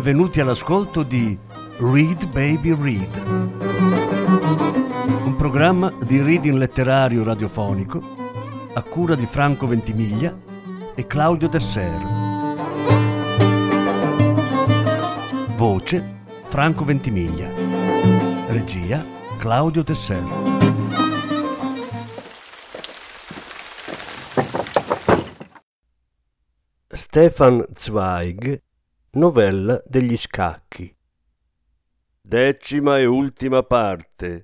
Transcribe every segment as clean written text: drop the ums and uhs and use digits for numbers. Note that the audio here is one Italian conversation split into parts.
benvenuti all'ascolto di Read Baby Read, un programma di reading letterario radiofonico a cura di Franco Ventimiglia e Claudio Desser. Voce Franco Ventimiglia. Regia Claudio Desser. Stefan Zweig, novella degli scacchi. 10ª e ultima parte.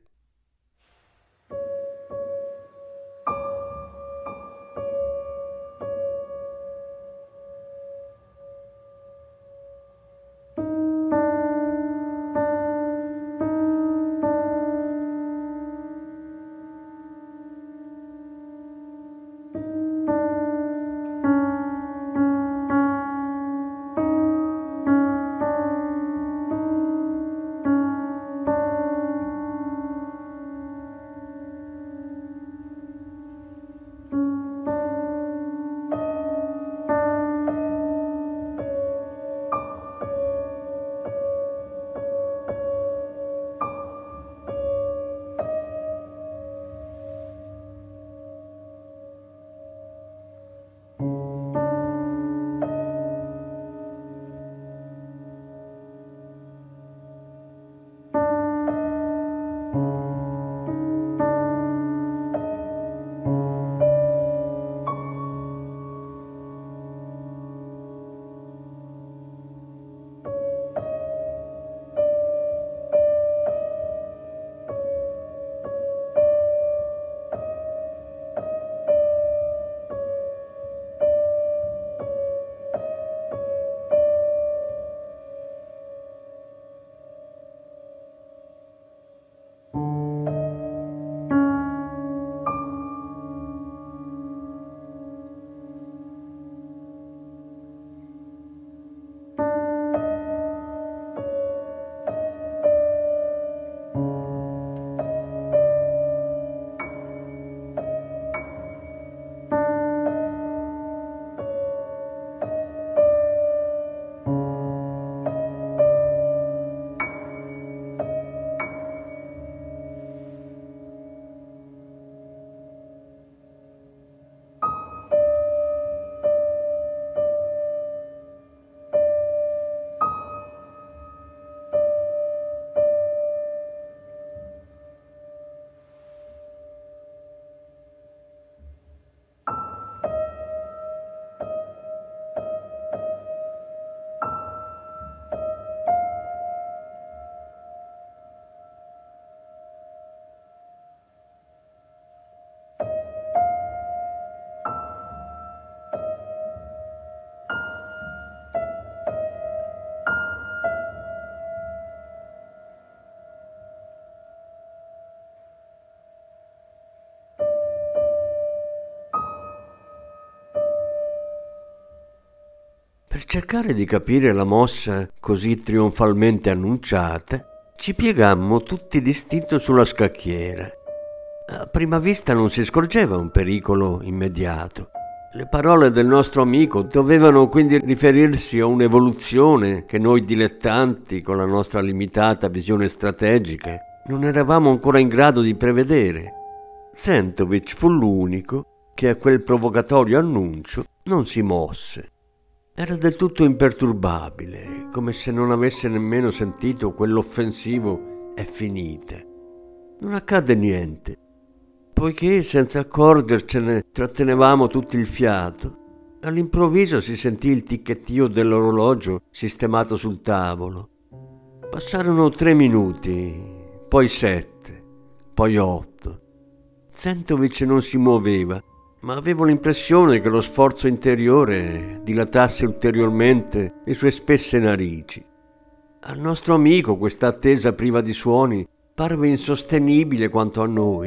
Per cercare di capire la mossa così trionfalmente annunciata, ci piegammo tutti d'istinto sulla scacchiera. A prima vista non si scorgeva un pericolo immediato. Le parole del nostro amico dovevano quindi riferirsi a un'evoluzione che noi dilettanti, con la nostra limitata visione strategica, non eravamo ancora in grado di prevedere. Sentovic fu l'unico che a quel provocatorio annuncio non si mosse. Era del tutto imperturbabile, come se non avesse nemmeno sentito quell'offensivo "è finita". Non accadde niente, poiché senza accorgercene trattenevamo tutti il fiato. All'improvviso si sentì il ticchettio dell'orologio sistemato sul tavolo. Passarono 3 minuti, poi 7, poi 8. Sentovic non si muoveva, ma avevo l'impressione che lo sforzo interiore dilatasse ulteriormente le sue spesse narici. Al nostro amico questa attesa priva di suoni parve insostenibile quanto a noi.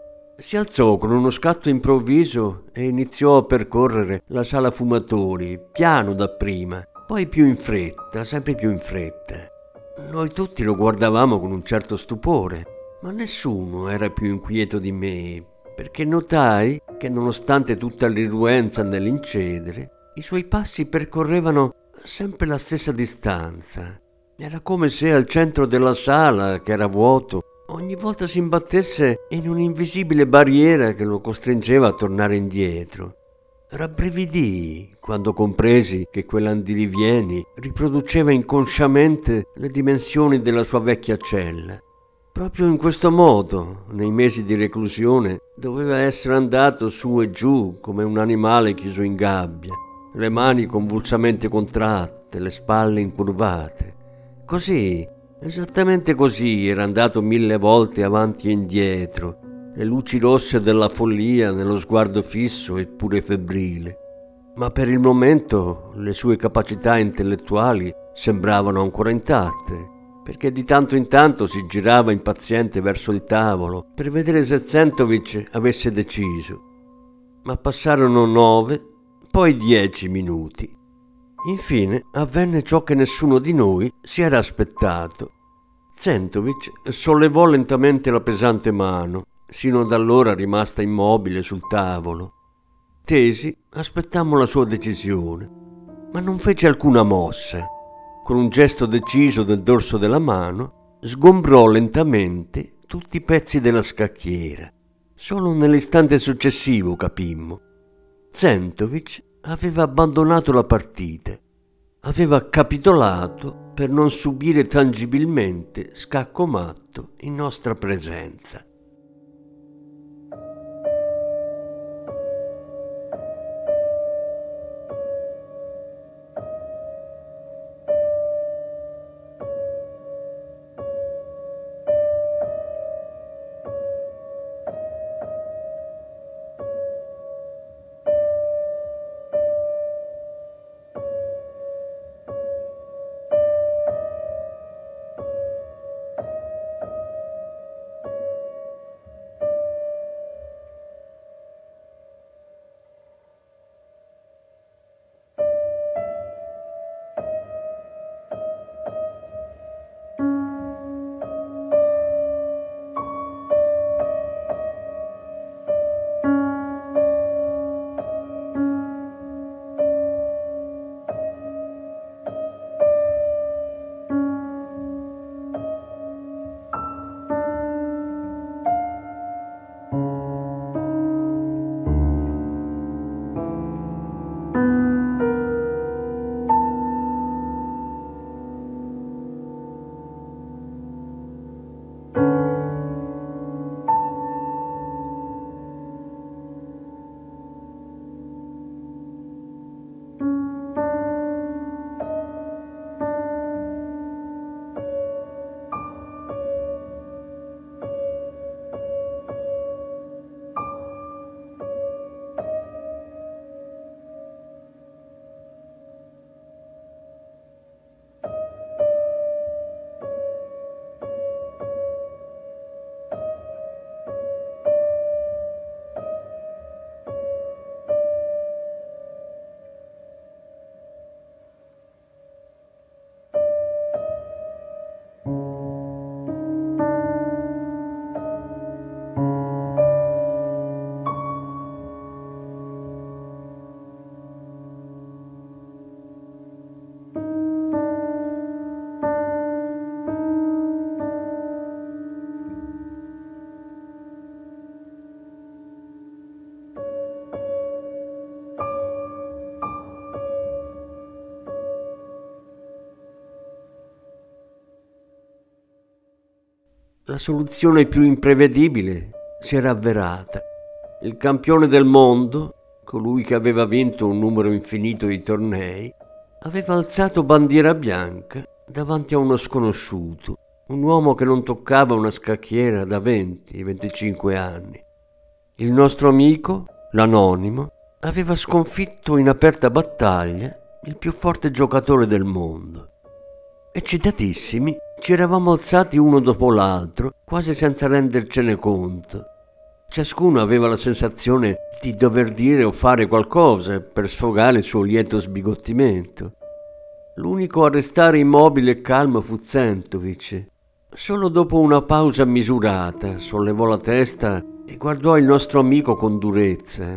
Si alzò con uno scatto improvviso e iniziò a percorrere la sala fumatori, piano dapprima, poi più in fretta, sempre più in fretta. Noi tutti lo guardavamo con un certo stupore, ma nessuno era più inquieto di me, perché notai che nonostante tutta l'irruenza nell'incedere, i suoi passi percorrevano sempre la stessa distanza, Era come se al centro della sala, che era vuoto, ogni volta si imbattesse in un'invisibile barriera che lo costringeva a tornare indietro. Rabbrividii quando compresi che quell'andirivieni riproduceva inconsciamente le dimensioni della sua vecchia cella. Proprio in questo modo, nei mesi di reclusione, doveva essere andato su e giù come un animale chiuso in gabbia, le mani convulsamente contratte, le spalle incurvate. Così, esattamente così, era andato 1000 volte avanti e indietro, le luci rosse della follia nello sguardo fisso e pure febbrile. Ma per il momento le sue capacità intellettuali sembravano ancora intatte, perché di tanto in tanto si girava impaziente verso il tavolo per vedere se Zentovic avesse deciso. Ma passarono 9, poi 10 minuti. Infine avvenne ciò che nessuno di noi si era aspettato. Zentovic sollevò lentamente la pesante mano, sino ad allora rimasta immobile sul tavolo. Tesi aspettammo la sua decisione, ma non fece alcuna mossa. Con un gesto deciso del dorso della mano, sgombrò lentamente tutti i pezzi della scacchiera. Solo nell'istante successivo capimmo. Zentovic aveva abbandonato la partita. Aveva capitolato per non subire tangibilmente scacco matto in nostra presenza. La soluzione più imprevedibile si era avverata. Il campione del mondo, colui che aveva vinto un numero infinito di tornei, aveva alzato bandiera bianca davanti a uno sconosciuto, un uomo che non toccava una scacchiera da 20-25 anni. Il nostro amico, l'anonimo, aveva sconfitto in aperta battaglia il più forte giocatore del mondo. Eccitatissimi, ci eravamo alzati uno dopo l'altro, quasi senza rendercene conto. Ciascuno aveva la sensazione di dover dire o fare qualcosa per sfogare il suo lieto sbigottimento. L'unico a restare immobile e calmo fu Zentovic. Solo dopo una pausa misurata sollevò la testa e guardò il nostro amico con durezza.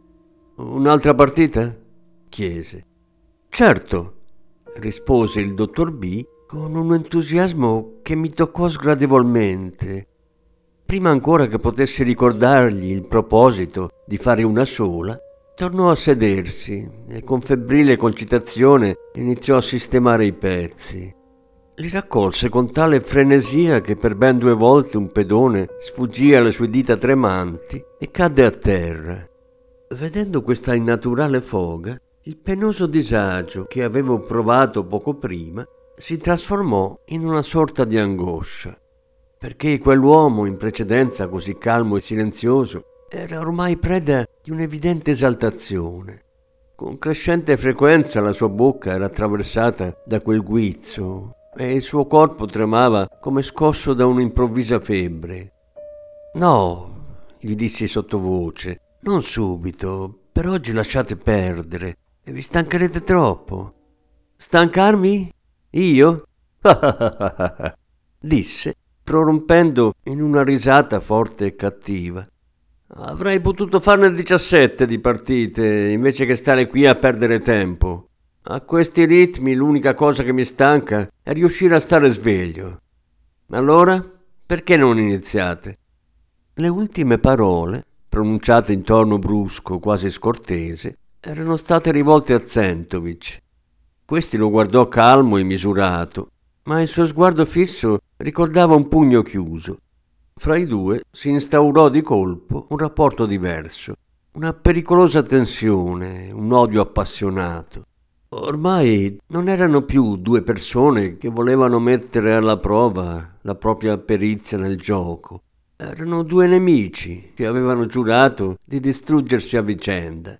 «Un'altra partita?» chiese. «Certo», rispose il dottor B con un entusiasmo che mi toccò sgradevolmente. Prima ancora che potessi ricordargli il proposito di fare una sola, tornò a sedersi e con febbrile concitazione iniziò a sistemare i pezzi. Li raccolse con tale frenesia che per ben 2 volte un pedone sfuggì alle sue dita tremanti e cadde a terra. Vedendo questa innaturale foga, il penoso disagio che avevo provato poco prima si trasformò in una sorta di angoscia, perché quell'uomo in precedenza così calmo e silenzioso era ormai preda di un'evidente esaltazione. Con crescente frequenza la sua bocca era attraversata da quel guizzo e il suo corpo tremava come scosso da un'improvvisa febbre. «No», gli dissi sottovoce, «non subito, per oggi lasciate perdere, e vi stancherete troppo». «Stancarmi? Io?» disse, prorompendo in una risata forte e cattiva. «Avrei potuto farne 17 di partite, invece che stare qui a perdere tempo. A questi ritmi l'unica cosa che mi stanca è riuscire a stare sveglio. Allora, perché non iniziate?» Le ultime parole, pronunciate in tono brusco, quasi scortese, erano state rivolte a Zentovic. Questi lo guardò calmo e misurato, ma il suo sguardo fisso ricordava un pugno chiuso. Fra i due si instaurò di colpo un rapporto diverso, una pericolosa tensione, un odio appassionato. Ormai non erano più 2 persone che volevano mettere alla prova la propria perizia nel gioco. Erano 2 nemici che avevano giurato di distruggersi a vicenda.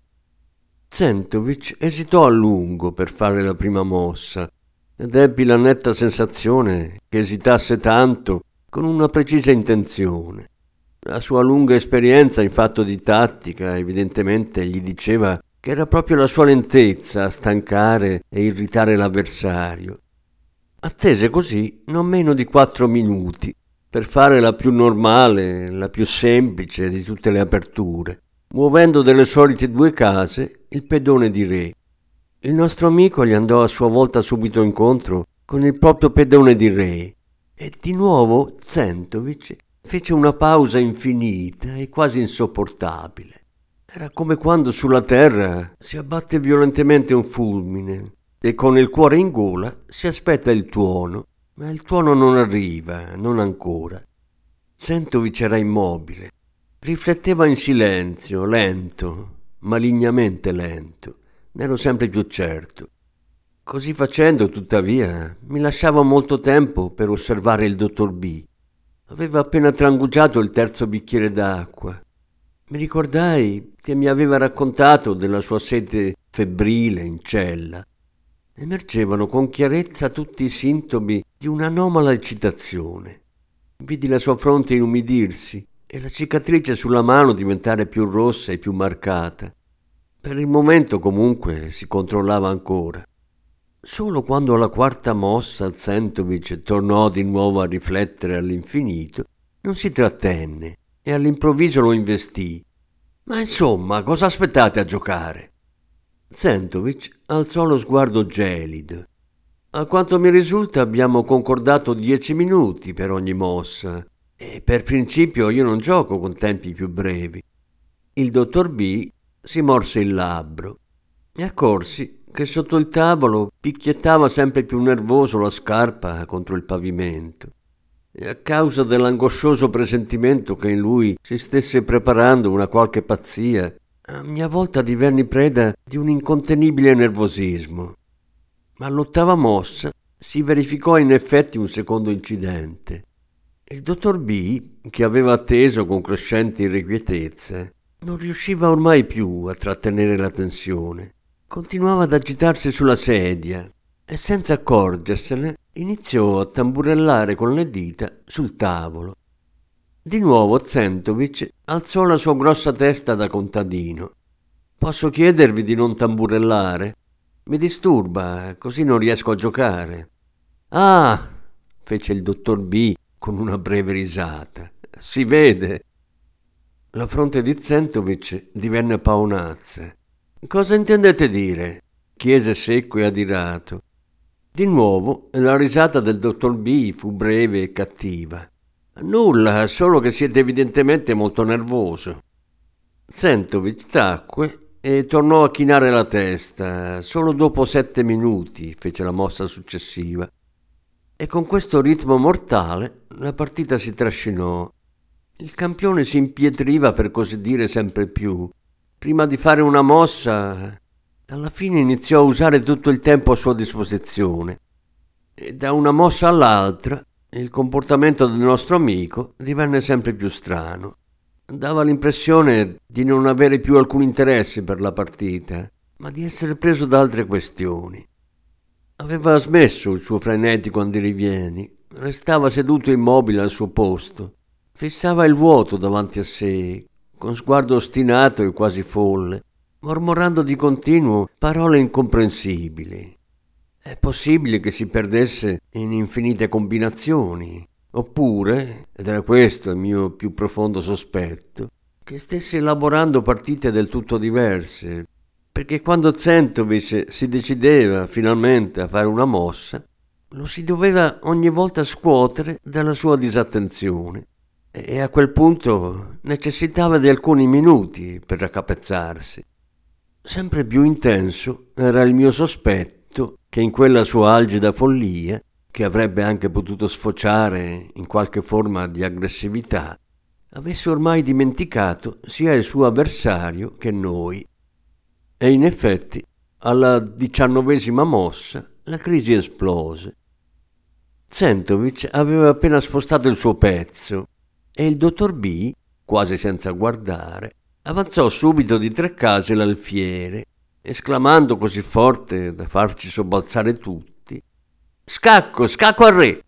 Zentovic esitò a lungo per fare la prima mossa ed ebbi la netta sensazione che esitasse tanto con una precisa intenzione. La sua lunga esperienza in fatto di tattica evidentemente gli diceva che era proprio la sua lentezza a stancare e irritare l'avversario. Attese così non meno di 4 minuti per fare la più normale, la più semplice di tutte le aperture, muovendo delle solite 2 case il pedone di re. Il nostro amico gli andò a sua volta subito incontro con il proprio pedone di re e di nuovo Zentovic fece una pausa infinita e quasi insopportabile. Era come quando sulla terra si abbatte violentemente un fulmine e con il cuore in gola si aspetta il tuono, ma il tuono non arriva, non ancora. Zentovic era immobile, rifletteva in silenzio, lento, malignamente lento, ne ero sempre più certo. Così facendo, tuttavia, mi lasciava molto tempo per osservare il dottor B. Aveva appena trangugiato il 3° bicchiere d'acqua. Mi ricordai che mi aveva raccontato della sua sete febbrile in cella. Emergevano con chiarezza tutti i sintomi di un'anomala eccitazione. Vidi la sua fronte inumidirsi e la cicatrice sulla mano diventare più rossa e più marcata. Per il momento comunque si controllava ancora. Solo quando alla 4ª mossa Zentovic tornò di nuovo a riflettere all'infinito, non si trattenne e all'improvviso lo investì. «Ma insomma, cosa aspettate a giocare?» Zentovic alzò lo sguardo gelido. «A quanto mi risulta abbiamo concordato 10 minuti per ogni mossa e per principio io non gioco con tempi più brevi». Il dottor B si morse il labbro. Mi accorsi che sotto il tavolo picchiettava sempre più nervoso la scarpa contro il pavimento e a causa dell'angoscioso presentimento che in lui si stesse preparando una qualche pazzia, a mia volta divenni preda di un incontenibile nervosismo. Ma all'8ª mossa si verificò in effetti un secondo incidente. Il dottor B, che aveva atteso con crescente irrequietezza, non riusciva ormai più a trattenere la tensione. Continuava ad agitarsi sulla sedia e senza accorgersene iniziò a tamburellare con le dita sul tavolo. Di nuovo Zentovic alzò la sua grossa testa da contadino. «Posso chiedervi di non tamburellare? Mi disturba, così non riesco a giocare». «Ah!» fece il dottor B con una breve risata. «Si vede». La fronte di Zentovic divenne paonazza. «Cosa intendete dire?» chiese secco e adirato. Di nuovo la risata del dottor B fu breve e cattiva. Nulla, solo che siete evidentemente molto nervoso. Zentovic tacque e tornò a chinare la testa. Solo dopo 7 minuti fece la mossa successiva. E con questo ritmo mortale la partita si trascinò. Il campione si impietriva, per così dire, sempre più. Prima di fare una mossa, alla fine iniziò a usare tutto il tempo a sua disposizione. E da una mossa all'altra il comportamento del nostro amico divenne sempre più strano. Dava l'impressione di non avere più alcun interesse per la partita, ma di essere preso da altre questioni. Aveva smesso il suo frenetico andirivieni, restava seduto immobile al suo posto, fissava il vuoto davanti a sé, con sguardo ostinato e quasi folle, mormorando di continuo parole incomprensibili. È possibile che si perdesse in infinite combinazioni, oppure, ed era questo il mio più profondo sospetto, che stesse elaborando partite del tutto diverse, perché quando Zentovic si decideva finalmente a fare una mossa, lo si doveva ogni volta scuotere dalla sua disattenzione e a quel punto necessitava di alcuni minuti per raccapezzarsi. Sempre più intenso era il mio sospetto che in quella sua algida follia, che avrebbe anche potuto sfociare in qualche forma di aggressività, avesse ormai dimenticato sia il suo avversario che noi. E in effetti, alla 19ª mossa, la crisi esplose. Zentovic aveva appena spostato il suo pezzo e il dottor B, quasi senza guardare, avanzò subito di 3 case l'alfiere, esclamando così forte da farci sobbalzare tutti: «Scacco, scacco al re!»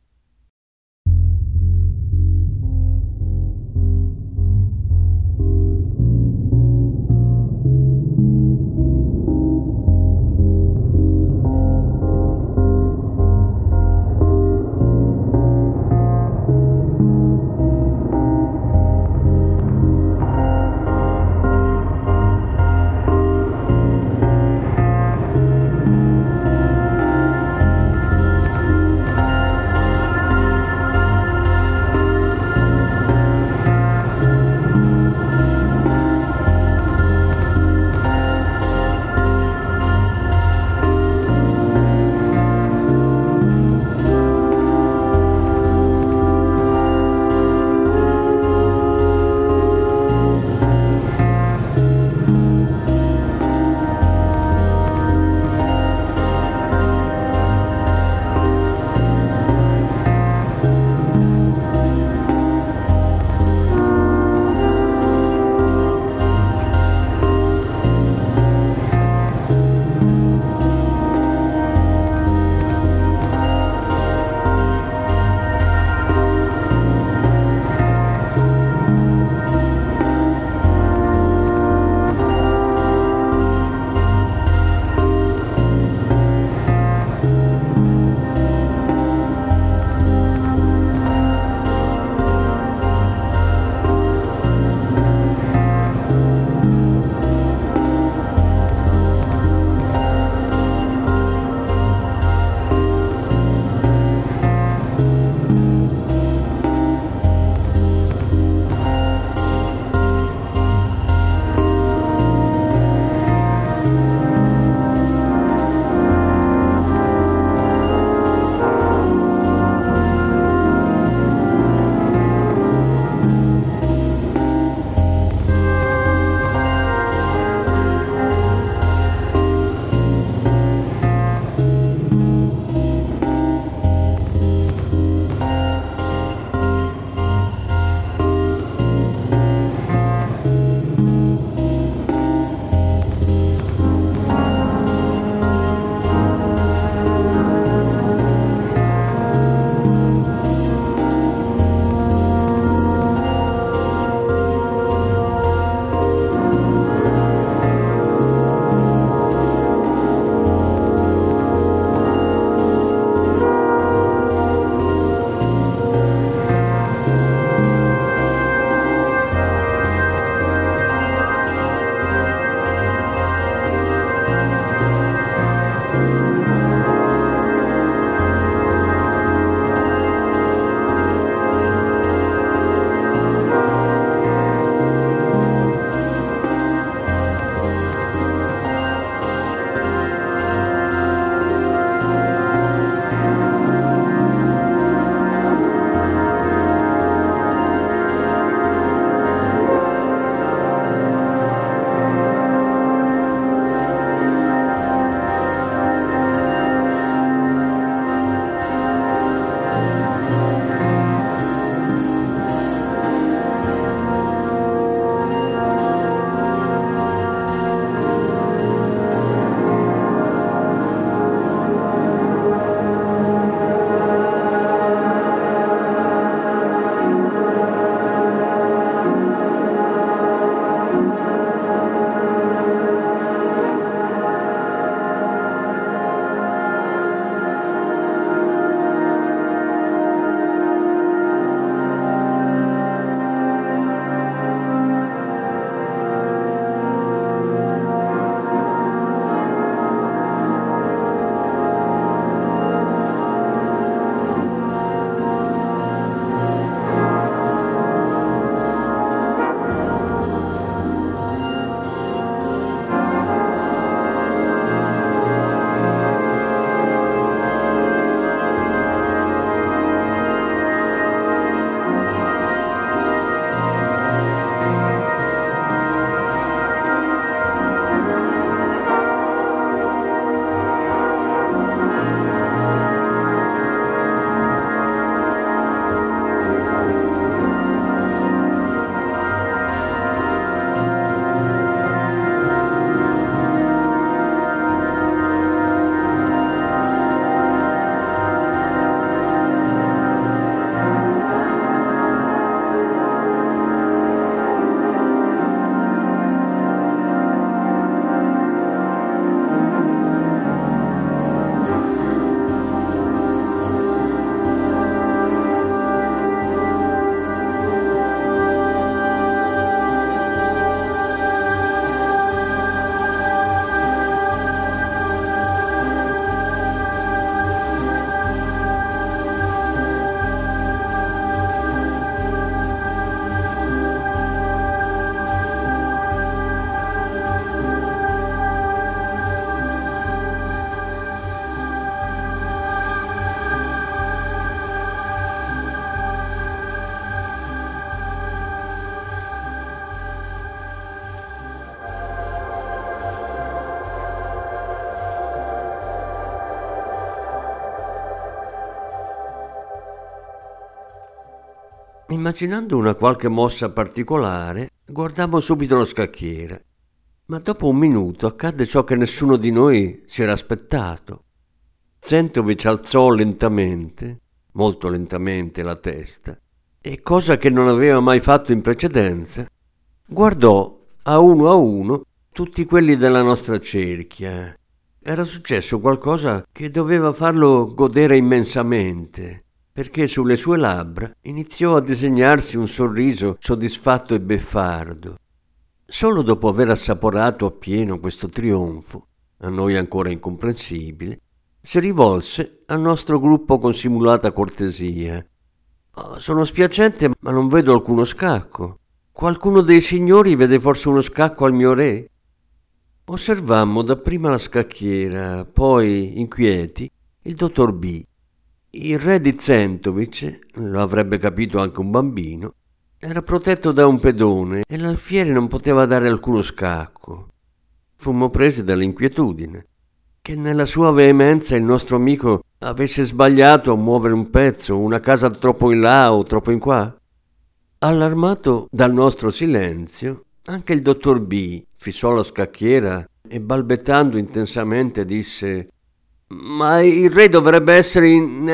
Immaginando una qualche mossa particolare, guardammo subito la scacchiera. Ma dopo un minuto accadde ciò che nessuno di noi si era aspettato. Zentovic alzò lentamente, molto lentamente, la testa e, cosa che non aveva mai fatto in precedenza, guardò a uno tutti quelli della nostra cerchia. Era successo qualcosa che doveva farlo godere immensamente, perché sulle sue labbra iniziò a disegnarsi un sorriso soddisfatto e beffardo. Solo dopo aver assaporato appieno questo trionfo, a noi ancora incomprensibile, si rivolse al nostro gruppo con simulata cortesia. Sono spiacente, ma non vedo alcuno scacco. Qualcuno dei signori vede forse uno scacco al mio re?» Osservammo dapprima la scacchiera, poi, inquieti, il dottor B. Il re di Zentovic, lo avrebbe capito anche un bambino, era protetto da un pedone e l'alfiere non poteva dare alcuno scacco. Fummo presi dall'inquietudine che nella sua veemenza il nostro amico avesse sbagliato a muovere un pezzo, una casa troppo in là o troppo in qua. Allarmato dal nostro silenzio, anche il dottor B fissò la scacchiera e, balbettando intensamente, disse: «Ma il re dovrebbe essere in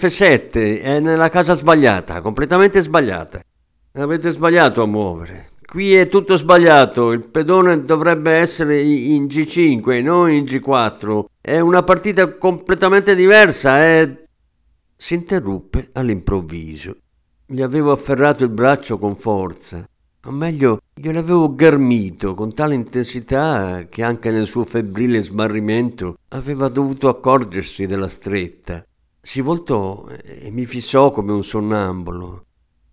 F7, è nella casa sbagliata, completamente sbagliata. Avete sbagliato a muovere. Qui è tutto sbagliato, il pedone dovrebbe essere in G5, non in G4. È una partita completamente diversa, è...» Si interruppe all'improvviso. Gli avevo afferrato il braccio con forza, o meglio, gliel'avevo ghermito con tale intensità che anche nel suo febbrile smarrimento aveva dovuto accorgersi della stretta. Si voltò e mi fissò come un sonnambulo.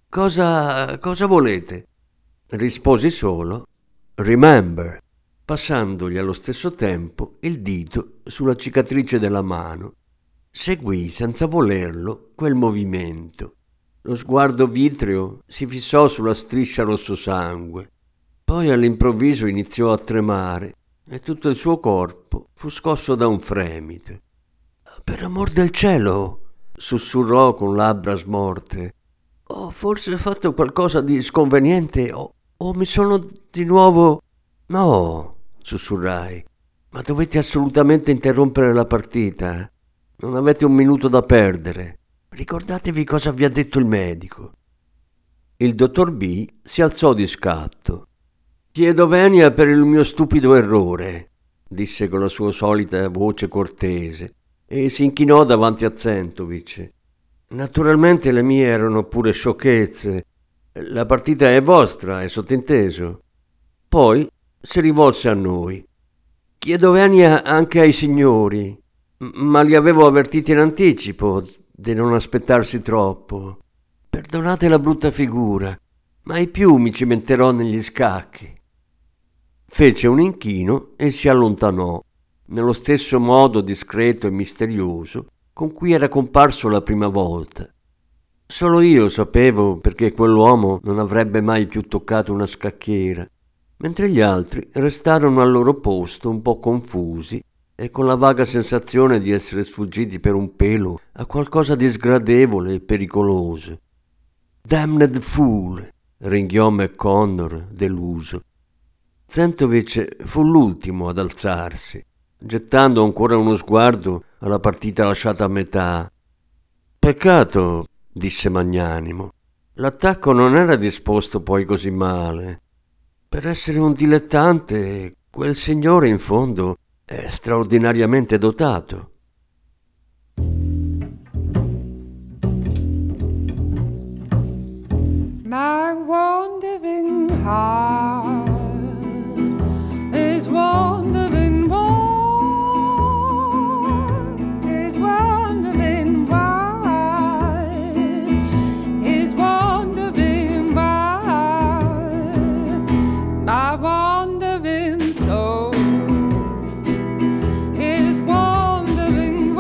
Cosa volete?» Risposi solo «Remember», passandogli allo stesso tempo il dito sulla cicatrice della mano. Seguì senza volerlo quel movimento. Lo sguardo vitreo si fissò sulla striscia rosso sangue. Poi all'improvviso iniziò a tremare e tutto il suo corpo fu scosso da un fremito. «Per amor del cielo!» sussurrò con labbra smorte. «Ho forse fatto qualcosa di sconveniente o mi sono di nuovo...» «No», sussurrai, «ma dovete assolutamente interrompere la partita. Non avete un minuto da perdere. Ricordatevi cosa vi ha detto il medico». Il dottor B si alzò di scatto. «Chiedo venia per il mio stupido errore», disse con la sua solita voce cortese e si inchinò davanti a Zentovic. «Naturalmente le mie erano pure sciocchezze. La partita è vostra, è sottinteso». Poi si rivolse a noi. «Chiedo venia anche ai signori, ma li avevo avvertiti in anticipo di non aspettarsi troppo. Perdonate la brutta figura, mai più mi cimenterò negli scacchi». Fece un inchino e si allontanò, nello stesso modo discreto e misterioso con cui era comparso la prima volta. Solo io sapevo perché quell'uomo non avrebbe mai più toccato una scacchiera, mentre gli altri restarono al loro posto un po' confusi e con la vaga sensazione di essere sfuggiti per un pelo a qualcosa di sgradevole e pericoloso. «Damned fool!» ringhiò McConnor, deluso. Zentovic fu l'ultimo ad alzarsi, gettando ancora uno sguardo alla partita lasciata a metà. «Peccato», disse magnanimo. «L'attacco non era disposto poi così male. Per essere un dilettante, quel signore in fondo è straordinariamente dotato». My wandering heart is wandering wide, is wandering wide, is wandering wide. My wandering soul is wandering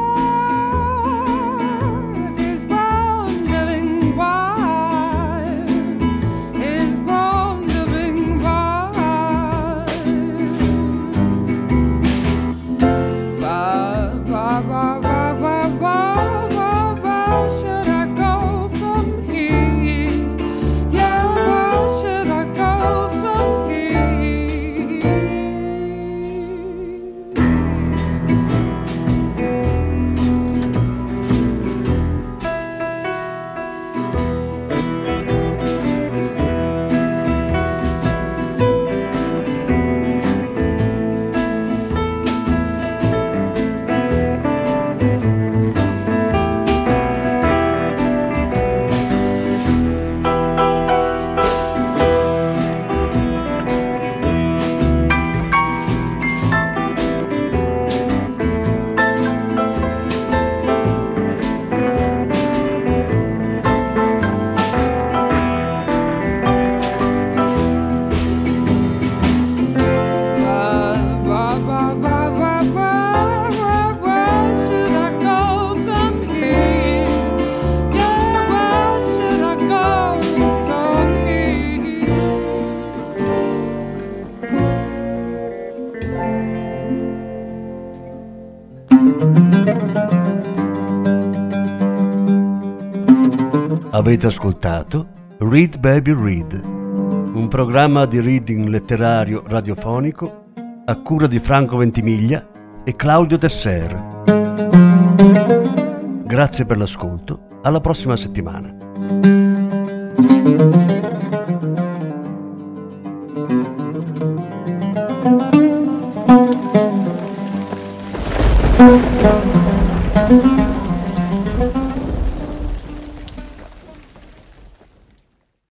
wide, is wandering wide, is wandering Avete ascoltato Read Baby Read, un programma di reading letterario radiofonico a cura di Franco Ventimiglia e Claudio Tesser. Grazie per l'ascolto, alla prossima settimana.